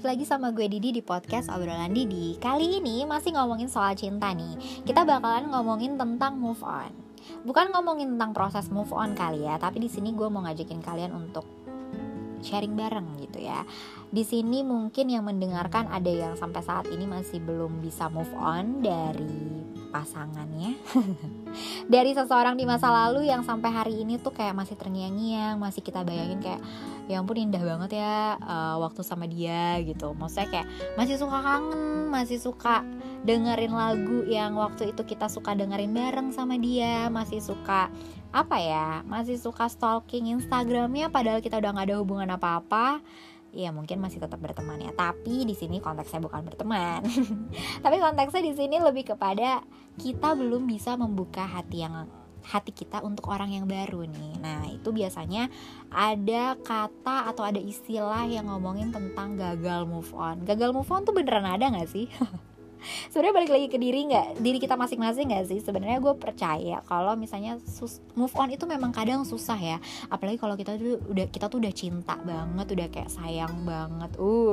lagi sama gue Didi di podcast Obrolan Didi. Kali ini masih ngomongin soal cinta nih. Kita bakalan ngomongin tentang move on. Bukan ngomongin tentang proses move on kali ya, tapi di sini gue mau ngajakin kalian untuk sharing bareng gitu ya. Di sini mungkin yang mendengarkan ada yang sampai saat ini masih belum bisa move on dari pasangannya. Dari seseorang di masa lalu yang sampai hari ini tuh kayak masih terngiang-ngiang, masih kita bayangin kayak ya ampun indah banget ya waktu sama dia gitu. Maksudnya kayak masih suka kangen, masih suka dengerin lagu yang waktu itu kita suka dengerin bareng sama dia, masih suka masih suka stalking Instagramnya padahal kita udah gak ada hubungan apa-apa. Ya mungkin masih tetap berteman ya, tapi di sini konteksnya bukan berteman. Tapi konteksnya di sini lebih kepada kita belum bisa membuka hati kita untuk orang yang baru nih. Nah, itu biasanya ada kata atau ada istilah yang ngomongin tentang gagal move on. Gagal move on tuh beneran ada gak sih? Sebenarnya balik lagi ke diri kita masing-masing gak sih? Sebenarnya gue percaya kalau misalnya move on itu memang kadang susah ya. Apalagi kalau kita tuh udah cinta banget, udah kayak sayang banget.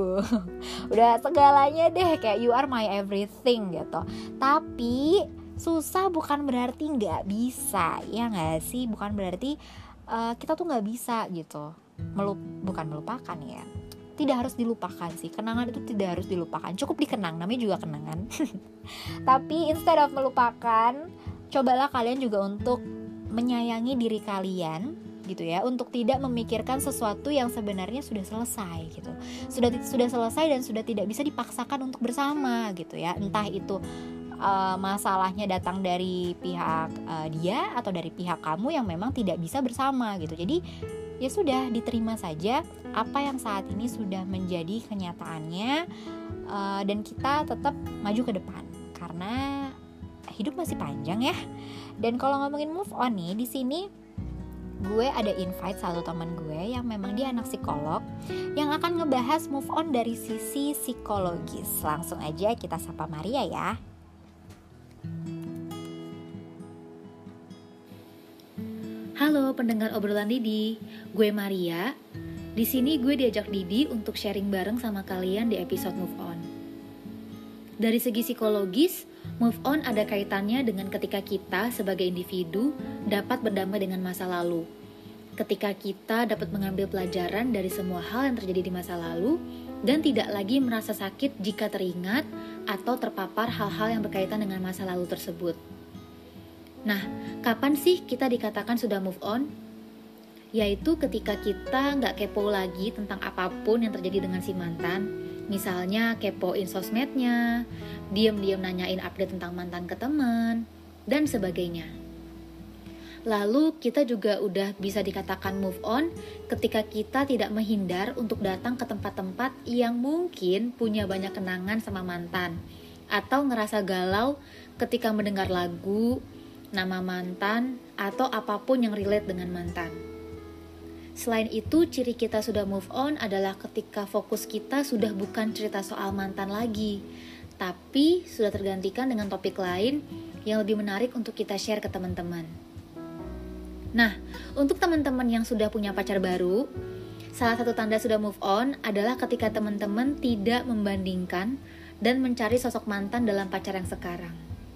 Udah segalanya deh, kayak you are my everything gitu. Tapi susah bukan berarti gak bisa, ya gak sih? Bukan berarti kita tuh gak bisa gitu. Bukan melupakan ya, tidak harus dilupakan sih. Kenangan itu tidak harus dilupakan, cukup dikenang, namanya juga kenangan. Tapi instead of melupakan, cobalah kalian juga untuk menyayangi diri kalian gitu ya, untuk tidak memikirkan sesuatu yang sebenarnya sudah selesai gitu. Sudah selesai dan sudah tidak bisa dipaksakan untuk bersama gitu ya. Entah itu masalahnya datang dari pihak dia atau dari pihak kamu yang memang tidak bisa bersama gitu. Jadi ya sudah, diterima saja apa yang saat ini sudah menjadi kenyataannya, dan kita tetap maju ke depan karena hidup masih panjang ya. Dan kalau ngomongin move on nih, di sini gue ada invite satu teman gue yang memang dia anak psikolog yang akan ngebahas move on dari sisi psikologis. Langsung aja kita sapa Maria ya. Halo pendengar obrolan Didi, gue Maria. Di sini gue diajak Didi untuk sharing bareng sama kalian di episode Move On. Dari segi psikologis, move on ada kaitannya dengan ketika kita sebagai individu dapat berdamai dengan masa lalu. Ketika kita dapat mengambil pelajaran dari semua hal yang terjadi di masa lalu dan tidak lagi merasa sakit jika teringat atau terpapar hal-hal yang berkaitan dengan masa lalu tersebut. Nah, kapan sih kita dikatakan sudah move on? Yaitu ketika kita nggak kepo lagi tentang apapun yang terjadi dengan si mantan. Misalnya kepoin sosmednya, diam-diam nanyain update tentang mantan ke teman, dan sebagainya. Lalu kita juga udah bisa dikatakan move on ketika kita tidak menghindar untuk datang ke tempat-tempat yang mungkin punya banyak kenangan sama mantan, atau ngerasa galau ketika mendengar lagu, nama mantan, atau apapun yang relate dengan mantan. Selain itu, ciri kita sudah move on adalah ketika fokus kita sudah bukan cerita soal mantan lagi, tapi sudah tergantikan dengan topik lain yang lebih menarik untuk kita share ke teman-teman. Nah, untuk teman-teman yang sudah punya pacar baru, salah satu tanda sudah move on adalah ketika teman-teman tidak membandingkan dan mencari sosok mantan dalam pacar yang sekarang.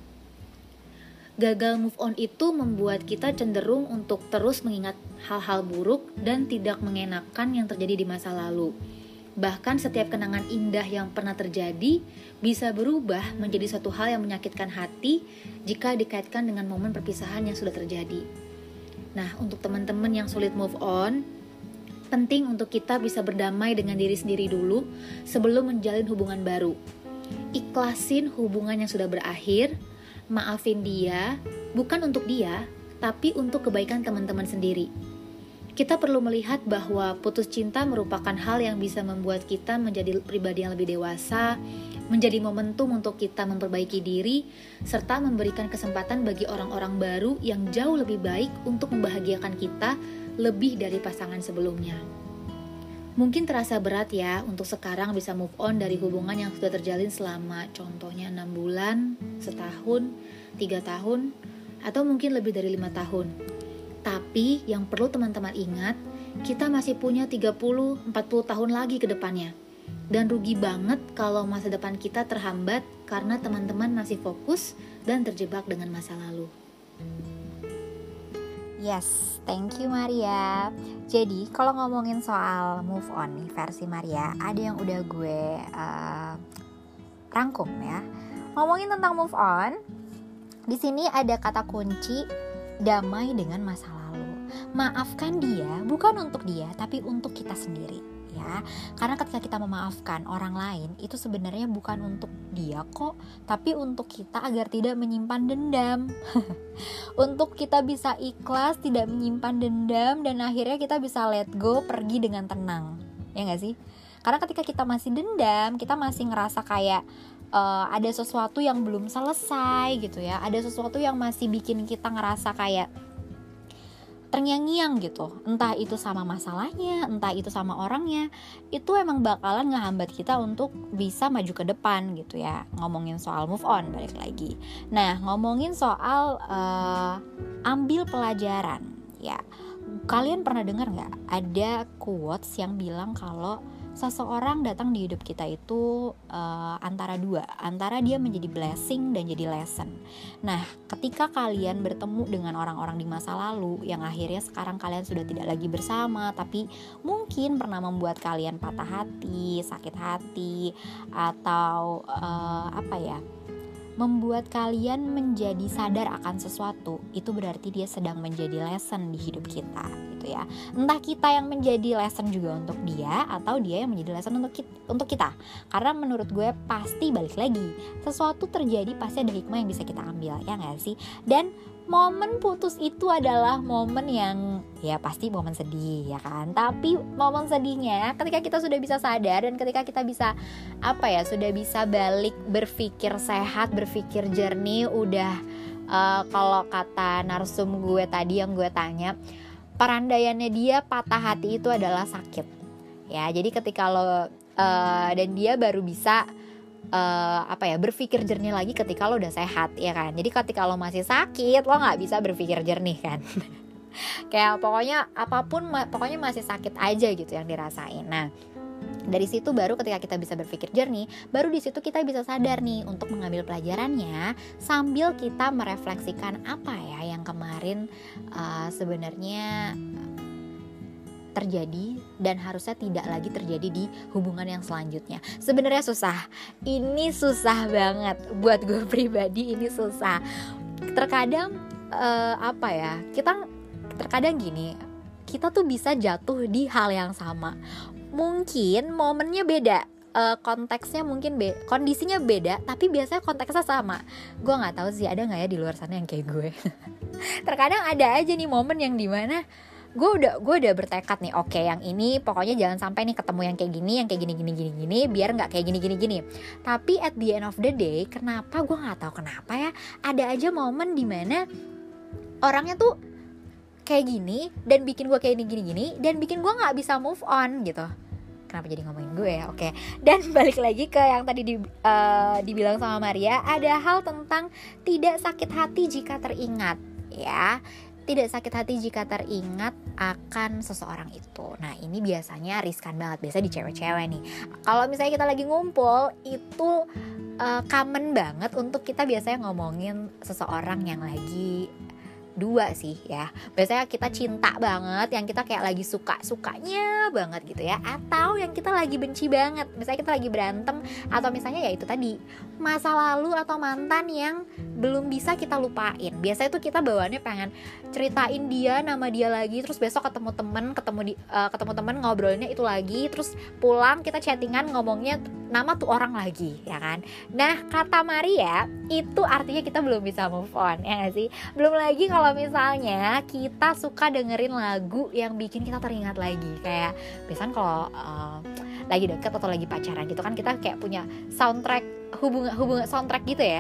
Gagal move on itu membuat kita cenderung untuk terus mengingat hal-hal buruk dan tidak mengenakan yang terjadi di masa lalu. Bahkan setiap kenangan indah yang pernah terjadi bisa berubah menjadi suatu hal yang menyakitkan hati jika dikaitkan dengan momen perpisahan yang sudah terjadi. Nah, untuk teman-teman yang sulit move on, penting untuk kita bisa berdamai dengan diri sendiri dulu sebelum menjalin hubungan baru. Ikhlasin hubungan yang sudah berakhir, maafin dia, bukan untuk dia, tapi untuk kebaikan teman-teman sendiri. Kita perlu melihat bahwa putus cinta merupakan hal yang bisa membuat kita menjadi pribadi yang lebih dewasa, menjadi momentum untuk kita memperbaiki diri, serta memberikan kesempatan bagi orang-orang baru yang jauh lebih baik untuk membahagiakan kita lebih dari pasangan sebelumnya. Mungkin terasa berat ya untuk sekarang bisa move on dari hubungan yang sudah terjalin selama contohnya 6 bulan, setahun, 3 tahun, atau mungkin lebih dari 5 tahun. Tapi yang perlu teman-teman ingat, kita masih punya 30-40 tahun lagi ke depannya. Dan rugi banget kalau masa depan kita terhambat karena teman-teman masih fokus dan terjebak dengan masa lalu. Yes, thank you Maria. Jadi kalau ngomongin soal move on nih versi Maria, ada yang udah gue rangkum ya. Ngomongin tentang move on, di sini ada kata kunci damai dengan masa lalu. Maafkan dia bukan untuk dia, tapi untuk kita sendiri. Ya, karena ketika kita memaafkan orang lain itu sebenarnya bukan untuk dia kok, tapi untuk kita agar tidak menyimpan dendam. Untuk kita bisa ikhlas, tidak menyimpan dendam, dan akhirnya kita bisa let go, pergi dengan tenang. Ya gak sih? Karena ketika kita masih dendam, kita masih ngerasa kayak ada sesuatu yang belum selesai gitu ya. Ada sesuatu yang masih bikin kita ngerasa kayak terngiang-ngiang gitu, entah itu sama masalahnya, entah itu sama orangnya, itu emang bakalan ngehambat kita untuk bisa maju ke depan gitu ya. Ngomongin soal move on, balik lagi. Nah, ngomongin soal ambil pelajaran ya. Kalian pernah dengar nggak ada quotes yang bilang kalau seseorang datang di hidup kita itu antara dua, antara dia menjadi blessing dan jadi lesson. Nah, ketika kalian bertemu dengan orang-orang di masa lalu yang akhirnya sekarang kalian sudah tidak lagi bersama, tapi mungkin pernah membuat kalian patah hati, sakit hati, atau membuat kalian menjadi sadar akan sesuatu, itu berarti dia sedang menjadi lesson di hidup kita gitu ya. Entah kita yang menjadi lesson juga untuk dia, atau dia yang menjadi lesson untuk kita. Karena menurut gue pasti balik lagi, sesuatu terjadi pasti ada hikmah yang bisa kita ambil, ya gak sih? Dan momen putus itu adalah momen yang ya pasti momen sedih ya kan. Tapi momen sedihnya ketika kita sudah bisa sadar dan ketika kita bisa sudah bisa balik berpikir sehat, berpikir jernih, udah kalau kata narsum gue tadi yang gue tanya, perandaiannya dia patah hati itu adalah sakit. Ya, jadi ketika lo dan dia baru bisa berpikir jernih lagi ketika lo udah sehat ya kan. Jadi ketika lo masih sakit lo nggak bisa berpikir jernih kan. Kayak pokoknya apapun pokoknya masih sakit aja gitu yang dirasain. Nah, dari situ baru ketika kita bisa berpikir jernih, baru di situ kita bisa sadar nih untuk mengambil pelajarannya sambil kita merefleksikan apa ya yang kemarin sebenarnya terjadi dan harusnya tidak lagi terjadi di hubungan yang selanjutnya. Sebenarnya susah. Ini susah banget buat gue pribadi, ini susah. Terkadang kita terkadang gini, kita tuh bisa jatuh di hal yang sama. Mungkin momennya beda, konteksnya mungkin kondisinya beda, tapi biasanya konteksnya sama. Gue nggak tahu sih ada nggak ya di luar sana yang kayak gue. Terkadang ada aja nih momen yang dimana gue udah bertekad nih, oke, yang ini pokoknya jangan sampai nih ketemu yang kayak gini, biar nggak kayak gini. Tapi at the end of the day, kenapa gue nggak tahu kenapa ya, ada aja momen dimana orangnya tuh kayak gini dan bikin gue kayak gini dan bikin gue nggak bisa move on gitu. Kenapa jadi ngomongin gue ya? Oke. Dan balik lagi ke yang tadi dibilang sama Maria, ada hal tentang tidak sakit hati jika teringat ya. Tidak sakit hati jika teringat akan seseorang itu. Nah, ini biasanya riskan banget, biasa di cewek-cewek nih. Kalau misalnya kita lagi ngumpul, itu common banget untuk kita biasanya ngomongin seseorang yang lagi dua sih ya. Biasanya kita cinta banget, yang kita kayak lagi suka-sukanya banget gitu ya. Atau yang kita lagi benci banget, misalnya kita lagi berantem, atau misalnya ya itu tadi, masa lalu atau mantan yang belum bisa kita lupain. Biasanya tuh kita bawaannya pengen ceritain dia, nama dia lagi, terus besok ketemu temen ngobrolinnya itu lagi, terus pulang kita chattingan ngomongnya nama tuh orang lagi ya kan. Nah, kata Maria itu artinya kita belum bisa move on, ya gak sih? Belum lagi kalau misalnya kita suka dengerin lagu yang bikin kita teringat lagi. Kayak biasanya kalau lagi deket atau lagi pacaran gitu kan, kita kayak punya soundtrack hubungan soundtrack gitu ya.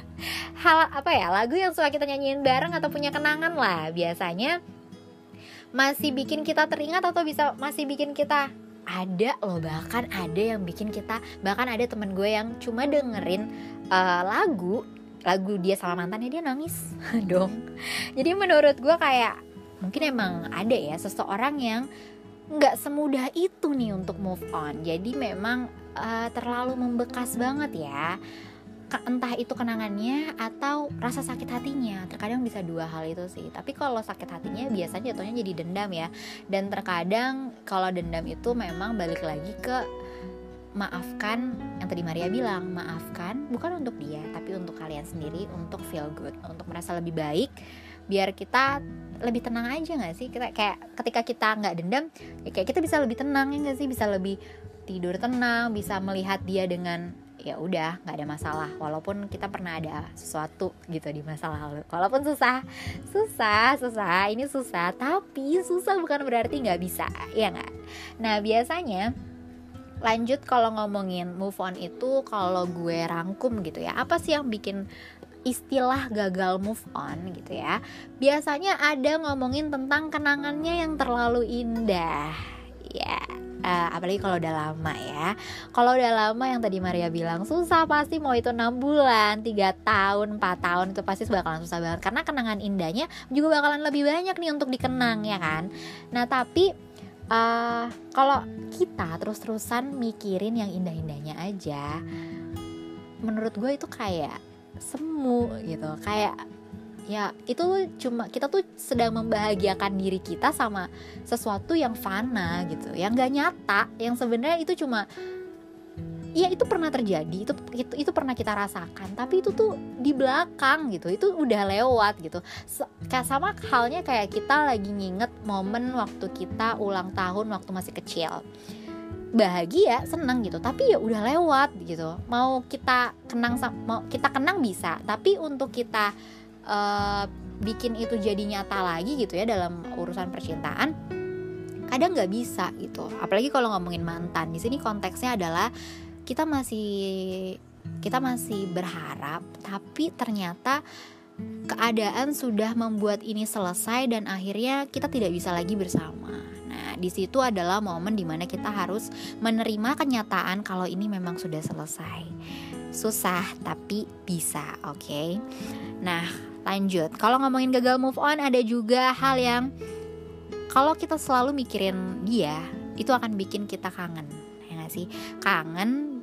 Lagu yang suka kita nyanyiin bareng atau punya kenangan lah, biasanya masih bikin kita teringat atau masih bikin kita ada loh. Bahkan ada yang bikin kita, bahkan ada temen gue yang cuma dengerin lagu dia sama mantannya dia nangis dong. Jadi menurut gue kayak mungkin emang ada ya seseorang yang gak semudah itu nih untuk move on. Jadi memang terlalu membekas banget ya, entah itu kenangannya atau rasa sakit hatinya. Terkadang bisa dua hal itu sih. Tapi kalau sakit hatinya biasanya jatuhnya jadi dendam ya. Dan terkadang kalau dendam itu memang balik lagi ke maafkan, yang tadi Maria bilang, maafkan bukan untuk dia tapi untuk kalian sendiri, untuk feel good, untuk merasa lebih baik, biar kita lebih tenang aja gak sih? Kita kayak ketika kita gak dendam ya kayak kita bisa lebih tenang ya gak sih? Bisa lebih tidur tenang, bisa melihat dia dengan ya udah nggak ada masalah, walaupun kita pernah ada sesuatu gitu di masa lalu, walaupun susah, ini susah, tapi susah bukan berarti nggak bisa, ya nggak? Nah biasanya lanjut kalau ngomongin move on itu, kalau gue rangkum gitu ya, apa sih yang bikin istilah gagal move on gitu ya? Biasanya ada ngomongin tentang kenangannya yang terlalu indah ya. Apalagi kalau udah lama ya. Kalau udah lama yang tadi Maria bilang susah, pasti mau itu 6 bulan, 3 tahun, 4 tahun, itu pasti bakalan susah banget. Karena kenangan indahnya juga bakalan lebih banyak nih untuk dikenang ya kan. Nah tapi kalau kita terus-terusan mikirin yang indah-indahnya aja, menurut gue itu kayak semu gitu. Kayak ya itu cuma kita tuh sedang membahagiakan diri kita sama sesuatu yang fana gitu, yang gak nyata, yang sebenarnya itu cuma ya itu pernah terjadi, itu pernah kita rasakan, tapi itu tuh di belakang gitu, itu udah lewat gitu. Sama halnya kayak kita lagi nginget momen waktu kita ulang tahun waktu masih kecil, bahagia, senang gitu, tapi ya udah lewat gitu. Mau kita kenang bisa, tapi untuk kita bikin itu jadi nyata lagi gitu ya dalam urusan percintaan kadang nggak bisa gitu. Apalagi kalau ngomongin mantan, di sini konteksnya adalah kita masih berharap, tapi ternyata keadaan sudah membuat ini selesai dan akhirnya kita tidak bisa lagi bersama. Nah di situ adalah momen dimana kita harus menerima kenyataan kalau ini memang sudah selesai. Susah tapi bisa, oke? Nah lanjut, kalau ngomongin gagal move on, ada juga hal yang kalau kita selalu mikirin dia, itu akan bikin kita kangen, ya gak sih? Kangen,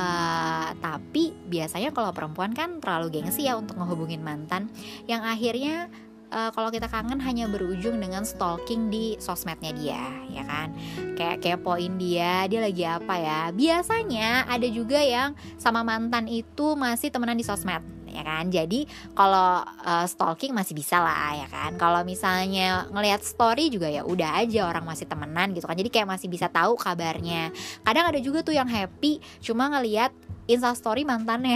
tapi biasanya kalau perempuan kan terlalu gengsi ya untuk ngehubungin mantan, yang akhirnya kalau kita kangen hanya berujung dengan stalking di sosmednya dia, ya kan? Kayak kepoin dia lagi apa ya. Biasanya ada juga yang sama mantan itu masih temenan di sosmed, ya kan? Jadi kalau stalking masih bisa lah, ya kan? Kalau misalnya ngelihat story juga ya udah aja, orang masih temenan gitu kan. Jadi kayak masih bisa tahu kabarnya. Kadang ada juga tuh yang happy cuma ngelihat instastory mantannya.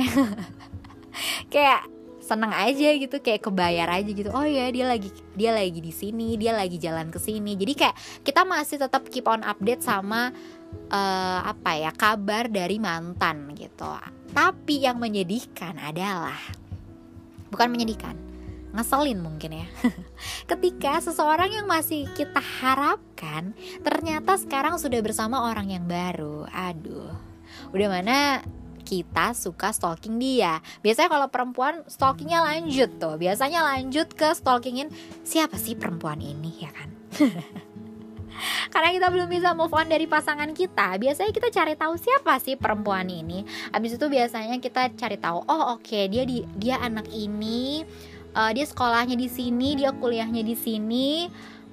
Kayak seneng aja gitu, kayak kebayar aja gitu. Oh ya dia lagi di sini, dia lagi jalan ke sini. Jadi kayak kita masih tetap keep on update sama kabar dari mantan gitu. Tapi yang menyedihkan adalah, bukan menyedihkan, ngeselin mungkin ya. Ketika seseorang yang masih kita harapkan ternyata sekarang sudah bersama orang yang baru. Aduh, udah mana kita suka stalking dia. Biasanya kalau perempuan stalkingnya lanjut tuh, biasanya lanjut ke stalkingin siapa sih perempuan ini, ya kan? Karena kita belum bisa move on dari pasangan kita, biasanya kita cari tahu siapa sih perempuan ini. Habis itu biasanya kita cari tahu, oh oke, dia anak ini, dia sekolahnya di sini, dia kuliahnya di sini,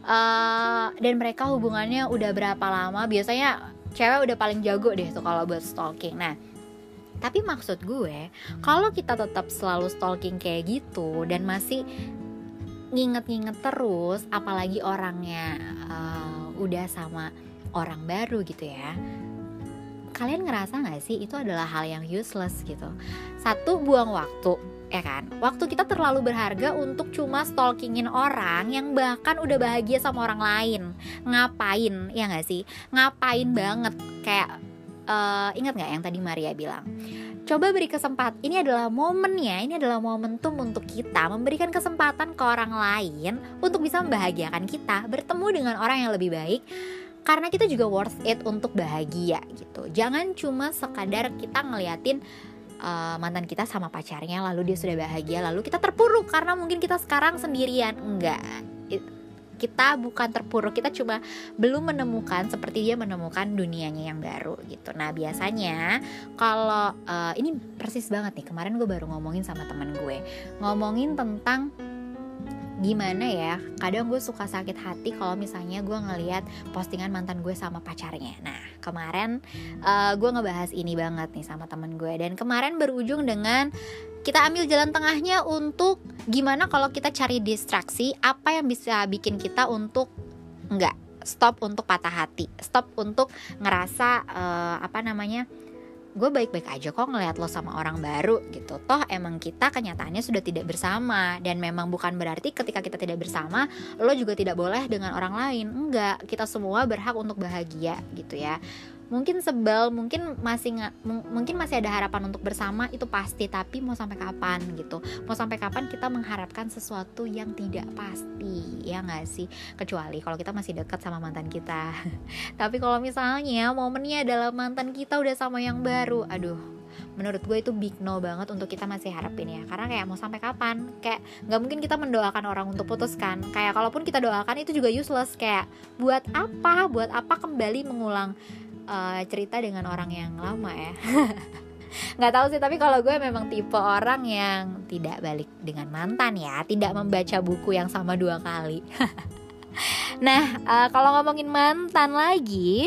dan mereka hubungannya udah berapa lama. Biasanya cewek udah paling jago deh tuh kalau buat stalking. Nah tapi maksud gue, kalau kita tetap selalu stalking kayak gitu dan masih nginget-nginget terus, apalagi orangnya udah sama orang baru gitu ya, kalian ngerasa gak sih itu adalah hal yang useless gitu? Satu, buang waktu, ya kan? Waktu kita terlalu berharga untuk cuma stalkingin orang yang bahkan udah bahagia sama orang lain. Ngapain, ya gak sih? Ngapain banget, kayak ingat gak yang tadi Maria bilang? Coba beri kesempatan, ini adalah momennya, ini adalah momentum untuk kita memberikan kesempatan ke orang lain untuk bisa membahagiakan kita, bertemu dengan orang yang lebih baik, karena kita juga worth it untuk bahagia gitu. Jangan cuma sekadar kita ngeliatin mantan kita sama pacarnya, lalu dia sudah bahagia, lalu kita terpuruk karena mungkin kita sekarang sendirian. Enggak, kita bukan terpuruk, kita cuma belum menemukan seperti dia menemukan dunianya yang baru gitu. Nah biasanya kalau ini persis banget nih, kemarin gue baru ngomongin sama teman gue, ngomongin tentang gimana ya, kadang gue suka sakit hati kalau misalnya gue ngelihat postingan mantan gue sama pacarnya. Nah kemarin gue ngebahas ini banget nih sama temen gue, dan kemarin berujung dengan kita ambil jalan tengahnya untuk gimana kalau kita cari distraksi, apa yang bisa bikin kita untuk enggak stop untuk patah hati, stop untuk ngerasa gue baik-baik aja kok ngelihat lo sama orang baru gitu. Toh emang kita kenyataannya sudah tidak bersama, dan memang bukan berarti ketika kita tidak bersama lo juga tidak boleh dengan orang lain. Enggak, kita semua berhak untuk bahagia gitu ya. Mungkin sebel, mungkin masih ada harapan untuk bersama, itu pasti, tapi mau sampai kapan gitu? Mau sampai kapan kita mengharapkan sesuatu yang tidak pasti, ya nggak sih? Kecuali kalau kita masih dekat sama mantan kita. Tapi kalau misalnya momennya adalah mantan kita udah sama yang baru, aduh, menurut gue itu big no banget untuk kita masih harapin ya. Karena kayak mau sampai kapan? Kayak gak mungkin kita mendoakan orang untuk putus kan. Kayak kalaupun kita doakan itu juga useless. Kayak buat apa kembali mengulang cerita dengan orang yang lama ya. Nggak tahu sih, tapi kalau gue memang tipe orang yang tidak balik dengan mantan ya, tidak membaca buku yang sama 2 kali. Nah kalau ngomongin mantan lagi,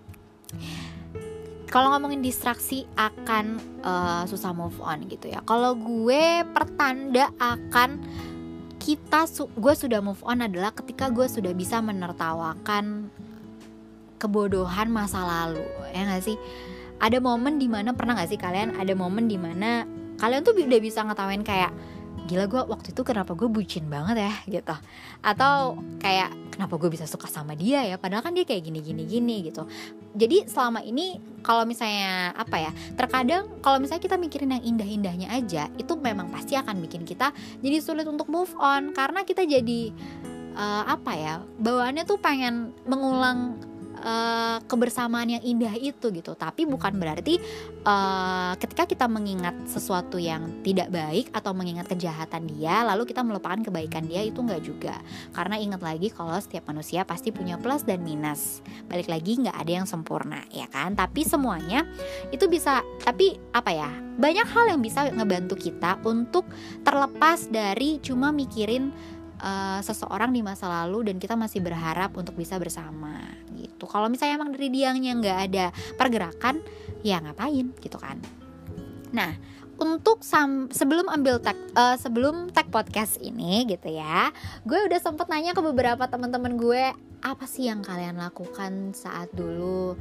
kalau ngomongin distraksi akan susah move on gitu ya. Kalau gue pertanda akan gue sudah move on adalah ketika gue sudah bisa menertawakan kebodohan masa lalu, ya nggak sih? Ada momen dimana, pernah nggak sih kalian ada momen dimana kalian tuh udah bisa ngetawain kayak, gila gue waktu itu kenapa gue bucin banget ya gitu, atau kayak kenapa gue bisa suka sama dia ya, padahal kan dia kayak gini gitu. Jadi selama ini kalau misalnya terkadang kalau misalnya kita mikirin yang indah-indahnya aja, itu memang pasti akan bikin kita jadi sulit untuk move on, karena kita jadi bawaannya tuh pengen mengulang kebersamaan yang indah itu gitu. Tapi bukan berarti ketika kita mengingat sesuatu yang tidak baik atau mengingat kejahatan dia lalu kita melupakan kebaikan dia, itu enggak juga. Karena ingat lagi kalau setiap manusia pasti punya plus dan minus. Balik lagi, nggak ada yang sempurna ya kan. Tapi semuanya itu bisa, banyak hal yang bisa ngebantu kita untuk terlepas dari cuma mikirin seseorang di masa lalu dan kita masih berharap untuk bisa bersama gitu. Kalau misalnya emang dari dianya nggak ada pergerakan, ya ngapain gitu kan. Nah untuk sebelum tag podcast ini gitu ya, gue udah sempet nanya ke beberapa teman-teman gue, apa sih yang kalian lakukan saat dulu,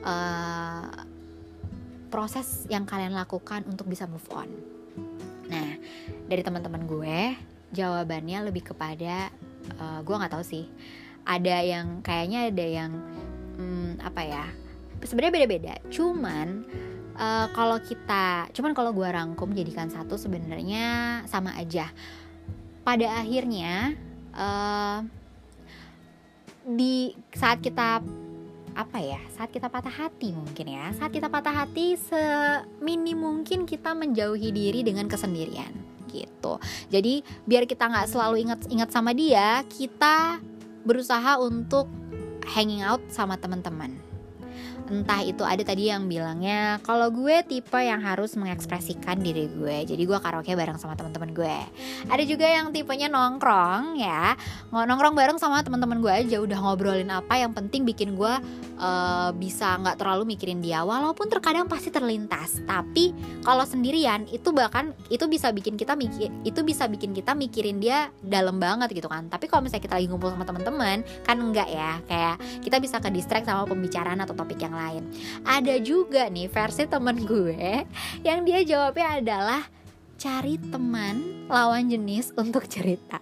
proses yang kalian lakukan untuk bisa move on. Nah dari teman-teman gue jawabannya lebih kepada gue nggak tahu sih, ada yang kayaknya ada yang sebenarnya beda-beda. Cuman kalau gue rangkum jadikan satu, sebenarnya sama aja. Pada akhirnya saat kita patah hati mungkin ya, saat kita patah hati seminim mungkin kita menjauhi diri dengan kesendirian gitu. Jadi biar kita nggak selalu ingat sama dia, kita berusaha untuk hanging out sama teman-teman. Entah itu ada tadi yang bilangnya kalau gue tipe yang harus mengekspresikan diri gue, jadi gue karaoke bareng sama teman-teman gue. Ada juga yang tipenya nongkrong ya, nongkrong bareng sama teman-teman gue aja, udah ngobrolin apa, yang penting bikin gue bisa nggak terlalu mikirin dia, walaupun terkadang pasti terlintas. Tapi kalau sendirian itu bisa bikin kita mikirin dia dalam banget gitu kan. Tapi kalau misalnya kita lagi ngumpul sama teman-teman kan enggak ya, kayak kita bisa ke distract sama pembicaraan atau topik yang lain. Ada juga nih versi temen gue yang dia jawabnya adalah cari teman lawan jenis untuk cerita.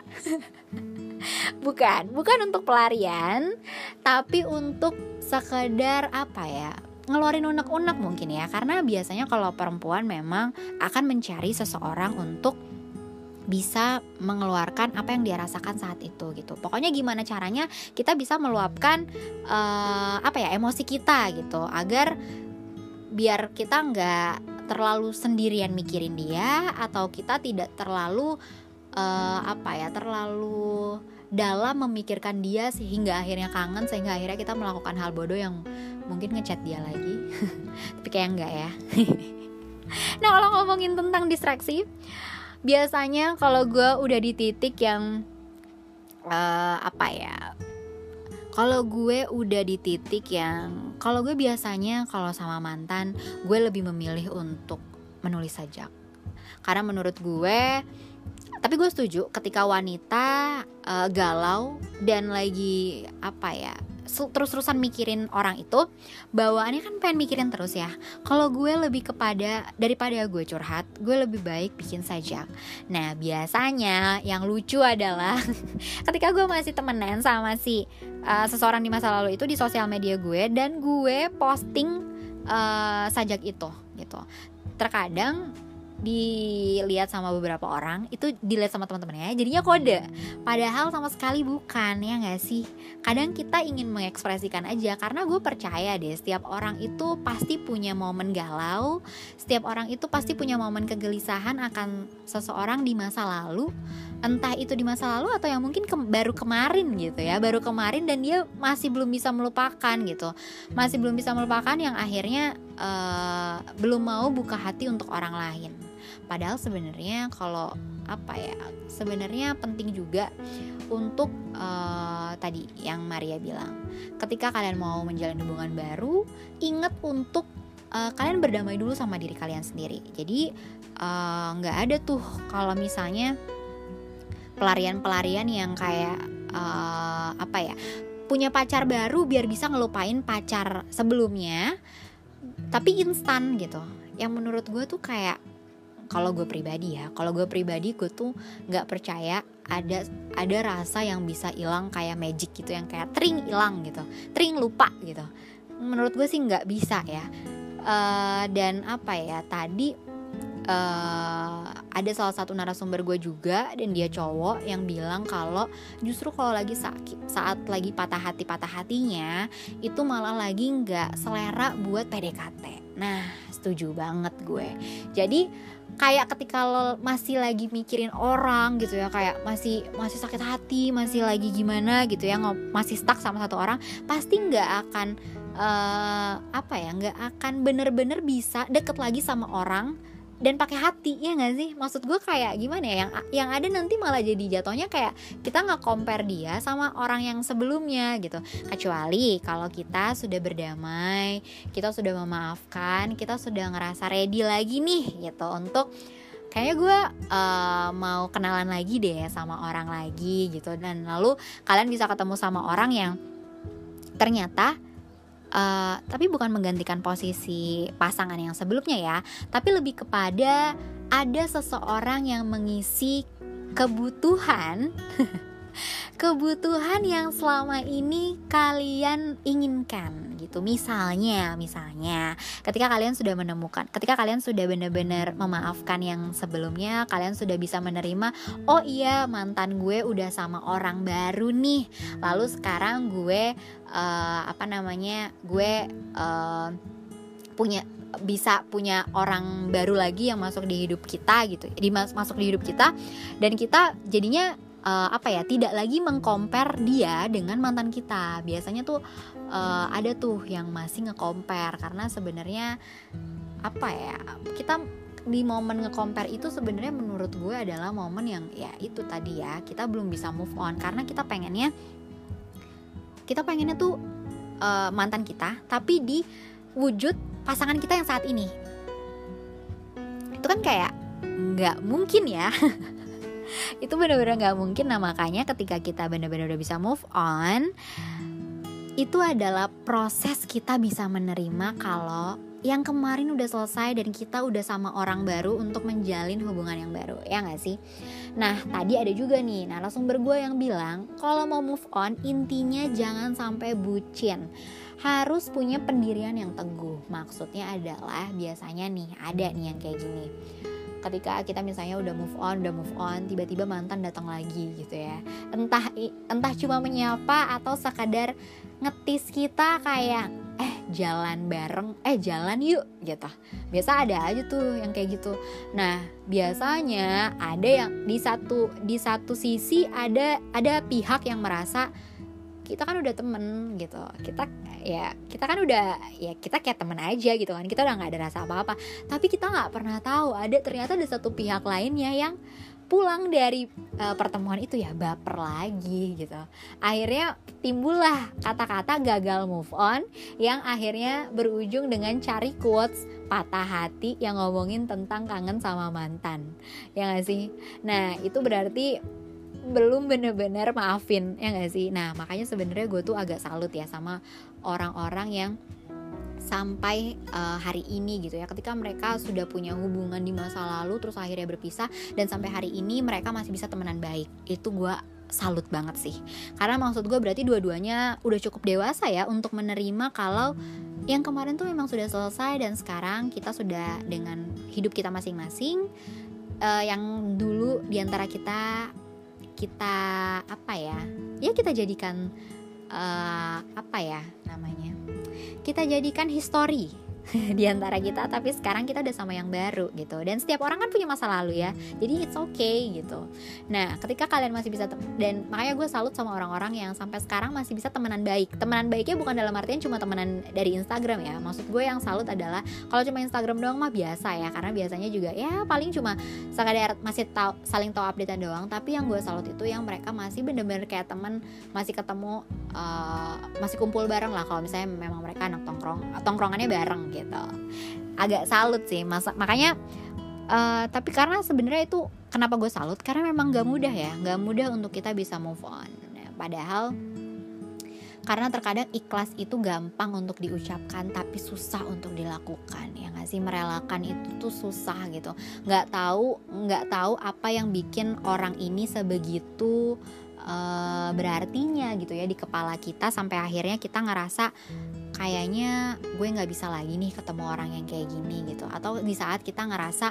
bukan untuk pelarian, tapi untuk sekedar ngeluarin unek-unek mungkin ya. Karena biasanya kalau perempuan memang akan mencari seseorang untuk bisa mengeluarkan apa yang dia rasakan saat itu gitu. Pokoknya gimana caranya kita bisa meluapkan emosi kita gitu, agar biar kita nggak terlalu sendirian mikirin dia, atau kita tidak terlalu terlalu dalam memikirkan dia sehingga akhirnya kangen, sehingga akhirnya kita melakukan hal bodoh yang mungkin ngechat dia lagi. Tapi kayak enggak ya. Nah, kalau ngomongin tentang distraksi, biasanya kalau gue udah di titik yang kalau gue udah di titik yang, kalau gue biasanya kalau sama mantan, gue lebih memilih untuk menulis sajak. Karena menurut gue, tapi gue setuju ketika wanita galau dan lagi terus-terusan mikirin orang itu, bawaannya kan pengen mikirin terus ya. Kalau gue lebih kepada, daripada gue curhat, gue lebih baik bikin sajak. Nah, biasanya yang lucu adalah ketika gue masih temenan sama si seseorang di masa lalu itu di sosial media gue, dan gue posting sajak itu gitu. Terkadang dilihat sama beberapa orang, itu dilihat sama teman-temannya, jadinya kode, padahal sama sekali bukan, ya nggak sih? Kadang kita ingin mengekspresikan aja, karena gue percaya deh, setiap orang itu pasti punya momen galau, setiap orang itu pasti punya momen kegelisahan akan seseorang di masa lalu, entah itu di masa lalu atau yang mungkin baru kemarin gitu ya, baru kemarin, dan dia masih belum bisa melupakan gitu, masih belum bisa melupakan, yang akhirnya belum mau buka hati untuk orang lain. Padahal sebenarnya kalau sebenarnya penting juga untuk tadi yang Maria bilang, ketika kalian mau menjalin hubungan baru, ingat untuk kalian berdamai dulu sama diri kalian sendiri. Jadi nggak ada tuh kalau misalnya pelarian yang kayak punya pacar baru biar bisa ngelupain pacar sebelumnya, tapi instan gitu. Yang menurut gue tuh kayak, kalau gue pribadi gue tuh nggak percaya ada rasa yang bisa hilang kayak magic gitu, yang kayak tring hilang gitu, tring lupa gitu. Menurut gue sih nggak bisa ya. Dan tadi ada salah satu narasumber gue juga, dan dia cowok, yang bilang kalau justru kalau lagi saat lagi patah hatinya itu malah lagi nggak selera buat PDKT. Nah, setuju banget gue. Jadi kayak ketika lo masih lagi mikirin orang gitu ya, kayak masih sakit hati, masih lagi gimana gitu ya, masih stuck sama satu orang, pasti nggak akan nggak akan bener-bener bisa deket lagi sama orang dan pakai hati, ya nggak sih? Maksud gue kayak gimana ya, yang ada nanti malah jadi jatuhnya kayak kita nggak compare dia sama orang yang sebelumnya gitu. Kecuali kalau kita sudah berdamai, kita sudah memaafkan, kita sudah ngerasa ready lagi nih gitu untuk kayaknya gue mau kenalan lagi deh sama orang lagi gitu. Dan lalu kalian bisa ketemu sama orang yang ternyata tapi bukan menggantikan posisi pasangan yang sebelumnya ya, tapi lebih kepada ada seseorang yang mengisi kebutuhan yang selama ini kalian inginkan gitu. Misalnya ketika kalian sudah benar-benar memaafkan yang sebelumnya, kalian sudah bisa menerima, oh iya mantan gue udah sama orang baru nih, lalu sekarang gue punya orang baru lagi yang masuk di hidup kita gitu, masuk di hidup kita, dan kita jadinya tidak lagi mengcompare dia dengan mantan kita. Biasanya tuh ada tuh yang masih nge-compare, karena sebenarnya kita di momen nge-compare itu sebenarnya menurut gue adalah momen yang ya itu tadi ya, kita belum bisa move on, karena kita pengennya tuh mantan kita tapi di wujud pasangan kita yang saat ini. Itu kan kayak nggak mungkin ya. Itu benar-benar nggak mungkin. Nah, makanya ketika kita benar-benar udah bisa move on, itu adalah proses kita bisa menerima kalau yang kemarin udah selesai dan kita udah sama orang baru untuk menjalin hubungan yang baru, ya nggak sih? Nah, tadi ada juga nih narasumber gue yang bilang kalau mau move on intinya jangan sampai bucin, harus punya pendirian yang teguh. Maksudnya adalah biasanya nih ada nih yang kayak gini, ketika kita misalnya udah move on, tiba-tiba mantan datang lagi gitu ya, entah cuma menyapa atau sekadar ngetis kita kayak jalan bareng, jalan yuk gitu. Biasa ada aja tuh yang kayak gitu. Nah biasanya ada yang di satu sisi ada pihak yang merasa kita kan udah temen gitu, kita kan udah kita kayak temen aja gitu kan, kita udah nggak ada rasa apa-apa. Tapi kita nggak pernah tahu ternyata ada satu pihak lainnya yang pulang dari pertemuan itu baper lagi gitu. Akhirnya timbullah kata-kata gagal move on yang akhirnya berujung dengan cari quotes patah hati yang ngomongin tentang kangen sama mantan, ya gak sih? Nah itu berarti belum bener-bener maafin, ya gak sih? Nah makanya sebenarnya gue tuh agak salut ya sama orang-orang yang sampai hari ini gitu ya, ketika mereka sudah punya hubungan di masa lalu terus akhirnya berpisah dan sampai hari ini mereka masih bisa temenan baik. Itu gue salut banget sih, karena maksud gue berarti dua-duanya udah cukup dewasa ya untuk menerima kalau yang kemarin tuh memang sudah selesai dan sekarang kita sudah dengan hidup kita masing-masing. Yang dulu diantara kita kita jadikan kita jadikan histori di antara kita, tapi sekarang kita udah sama yang baru gitu. Dan setiap orang kan punya masa lalu ya, jadi it's okay gitu. Nah ketika kalian masih bisa dan makanya gue salut sama orang-orang yang sampai sekarang masih bisa temenan baik. Temenan baiknya bukan dalam artian cuma temenan dari Instagram ya. Maksud gue yang salut adalah kalau cuma Instagram doang mah biasa ya, karena biasanya juga ya paling cuma sekadar masih saling tahu updatean doang. Tapi yang gue salut itu yang mereka masih bener-bener kayak teman, masih ketemu, masih kumpul bareng lah. Kalau misalnya memang mereka anak tongkrongannya bareng gitu. Agak salut sih makanya tapi karena sebenarnya itu kenapa gue salut, karena memang gak mudah untuk kita bisa move on. Padahal karena terkadang ikhlas itu gampang untuk diucapkan tapi susah untuk dilakukan, ya nggak sih? Merelakan itu tuh susah gitu. Nggak tahu apa yang bikin orang ini sebegitu berartinya gitu ya di kepala kita, sampai akhirnya kita ngerasa kayaknya gue nggak bisa lagi nih ketemu orang yang kayak gini gitu. Atau di saat kita ngerasa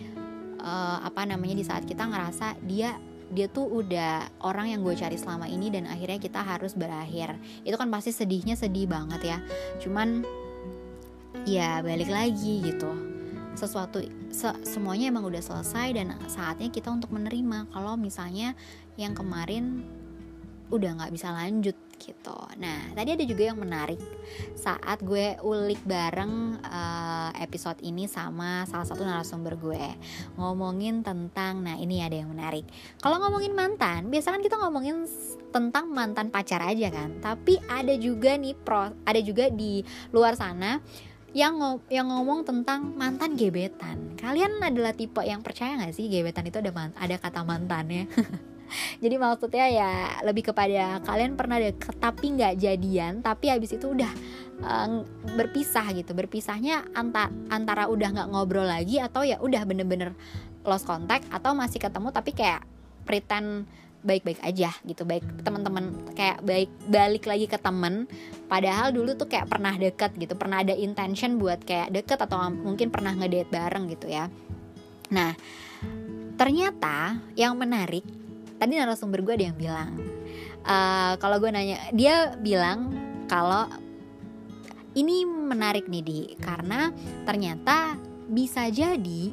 di saat kita ngerasa dia tuh udah orang yang gue cari selama ini dan akhirnya kita harus berakhir. Itu kan pasti sedihnya sedih banget ya. Cuman ya balik lagi gitu, semuanya emang udah selesai dan saatnya kita untuk menerima kalau misalnya yang kemarin udah gak bisa lanjut gitu. Nah tadi ada juga yang menarik saat gue ulik bareng episode ini sama salah satu narasumber gue, ngomongin tentang, nah ini ada yang menarik. Kalau ngomongin mantan, biasa kan kita ngomongin tentang mantan pacar aja kan, tapi ada juga nih ada juga di luar sana yang ngomong tentang mantan gebetan. Kalian adalah tipe yang percaya gak sih gebetan itu ada kata mantannya? Jadi maksudnya ya lebih kepada kalian pernah deket tapi gak jadian, tapi habis itu udah berpisah gitu. Berpisahnya antara udah gak ngobrol lagi, atau ya udah bener-bener lost contact, atau masih ketemu tapi kayak pretend baik-baik aja gitu, baik teman-teman, kayak balik lagi ke temen, padahal dulu tuh kayak pernah deket gitu, pernah ada intention buat kayak deket, atau mungkin pernah ngedate bareng gitu ya. Nah ternyata yang menarik, tadi narasumber gue ada yang bilang, kalau gue nanya, dia bilang kalau ini menarik nih Di, karena ternyata bisa jadi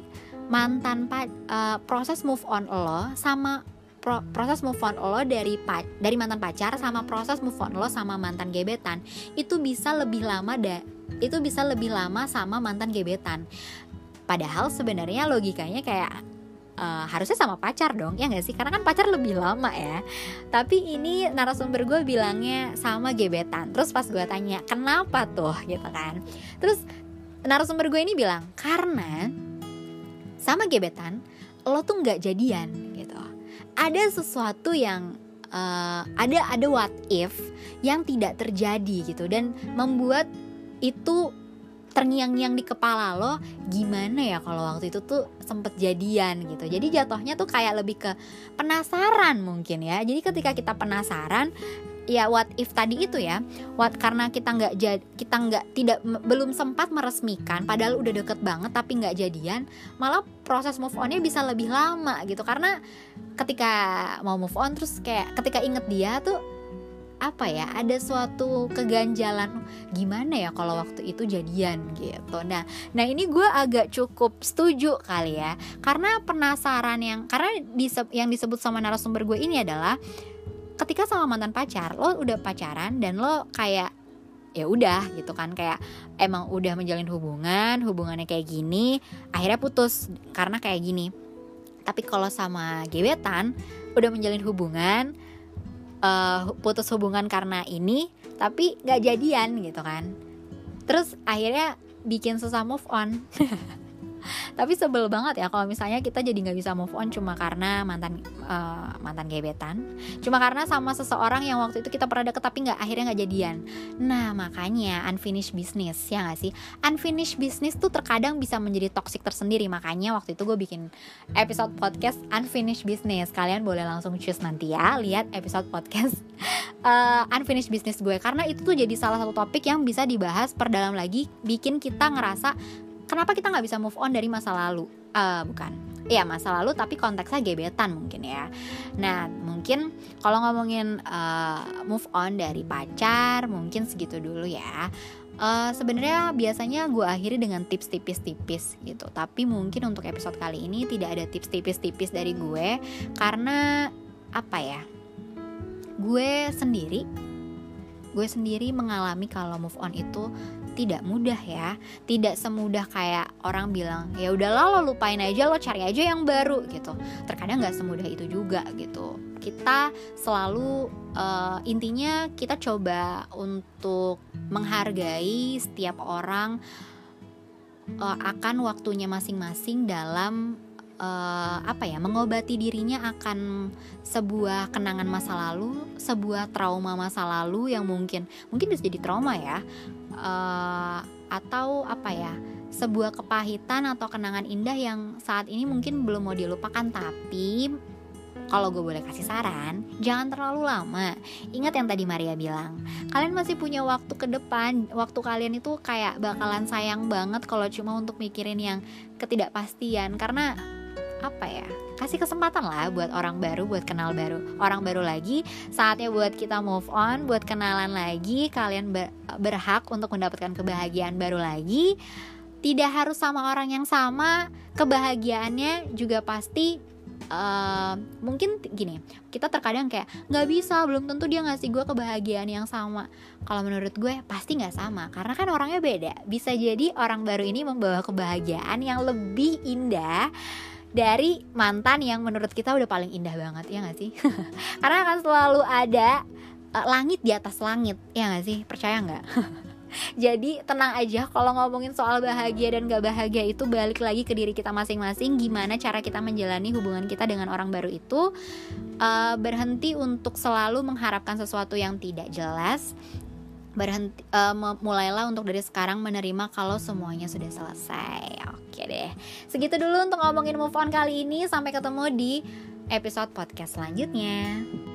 proses move on lo sama proses move on lo dari mantan pacar sama proses move on lo sama mantan gebetan itu bisa lebih lama sama mantan gebetan. Padahal sebenarnya logikanya kayak harusnya sama pacar dong, ya nggak sih? Karena kan pacar lebih lama ya. Tapi ini narasumber gue bilangnya sama gebetan. Terus pas gue tanya kenapa tuh gitu kan, terus narasumber gue ini bilang karena sama gebetan lo tuh nggak jadian gitu. Ada sesuatu yang ada what if yang tidak terjadi gitu, dan membuat itu terngiang-ngiang di kepala lo, gimana ya kalau waktu itu tuh sempet jadian gitu. Jadi jatuhnya tuh kayak lebih ke penasaran mungkin ya. Jadi ketika kita penasaran, ya what if tadi itu ya, karena kita belum sempat meresmikan, padahal udah deket banget tapi nggak jadian, malah proses move onnya bisa lebih lama gitu. Karena ketika mau move on terus kayak ketika inget dia tuh ada suatu keganjalan, gimana ya kalau waktu itu jadian gitu. Nah ini gue agak cukup setuju kali ya, karena penasaran yang disebut sama narasumber gue ini adalah ketika sama mantan pacar, lo udah pacaran dan lo kayak ya udah gitu kan, kayak emang udah menjalin hubungannya kayak gini, akhirnya putus karena kayak gini. Tapi kalau sama gebetan udah menjalin hubungan, putus hubungan karena ini, tapi gak jadian gitu kan, terus akhirnya bikin susah move on. Tapi sebel banget ya kalau misalnya kita jadi nggak bisa move on cuma karena mantan gebetan, cuma karena sama seseorang yang waktu itu kita pernah deket tapi akhirnya nggak jadian. Nah makanya unfinished business, ya nggak sih? Unfinished business tuh terkadang bisa menjadi toxic tersendiri. Makanya waktu itu gue bikin episode podcast unfinished business. Kalian boleh langsung choose nanti ya, lihat episode podcast unfinished business gue, karena itu tuh jadi salah satu topik yang bisa dibahas perdalam lagi, bikin kita ngerasa kenapa kita nggak bisa move on dari masa lalu. Masa lalu tapi konteksnya gebetan mungkin ya. Nah mungkin kalau ngomongin move on dari pacar mungkin segitu dulu ya. Sebenarnya biasanya gue akhiri dengan tips tipis-tipis gitu. Tapi mungkin untuk episode kali ini tidak ada tips tipis-tipis dari gue, karena gue sendiri mengalami kalau move on itu tidak mudah ya, tidak semudah kayak orang bilang ya udahlah lo lupain aja, lo cari aja yang baru gitu. Terkadang nggak semudah itu juga gitu. Kita selalu intinya kita coba untuk menghargai setiap orang akan waktunya masing-masing dalam mengobati dirinya akan sebuah kenangan masa lalu, sebuah trauma masa lalu yang mungkin bisa jadi trauma ya, atau sebuah kepahitan atau kenangan indah yang saat ini mungkin belum mau dilupakan. Tapi kalau gue boleh kasih saran, jangan terlalu lama. Ingat yang tadi Maria bilang, kalian masih punya waktu ke depan. Waktu kalian itu kayak bakalan sayang banget kalau cuma untuk mikirin yang ketidakpastian. Karena kasih kesempatan lah buat orang baru, buat kenal orang baru lagi. Saatnya buat kita move on, buat kenalan lagi. Kalian berhak untuk mendapatkan kebahagiaan baru lagi. Tidak harus sama orang yang sama. Kebahagiaannya juga pasti mungkin gini, kita terkadang kayak nggak bisa, belum tentu dia ngasih gue kebahagiaan yang sama. Kalau menurut gue pasti nggak sama, karena kan orangnya beda. Bisa jadi orang baru ini membawa kebahagiaan yang lebih indah dari mantan yang menurut kita udah paling indah banget, ya gak sih? Karena akan selalu ada langit di atas langit, ya gak sih? Percaya gak? Jadi tenang aja, kalau ngomongin soal bahagia dan gak bahagia itu balik lagi ke diri kita masing-masing. Gimana cara kita menjalani hubungan kita dengan orang baru itu. Berhenti untuk selalu mengharapkan sesuatu yang tidak jelas. Mulailah untuk dari sekarang menerima kalau semuanya sudah selesai. Oke deh, segitu dulu untuk ngomongin move on kali ini. Sampai ketemu di episode podcast selanjutnya.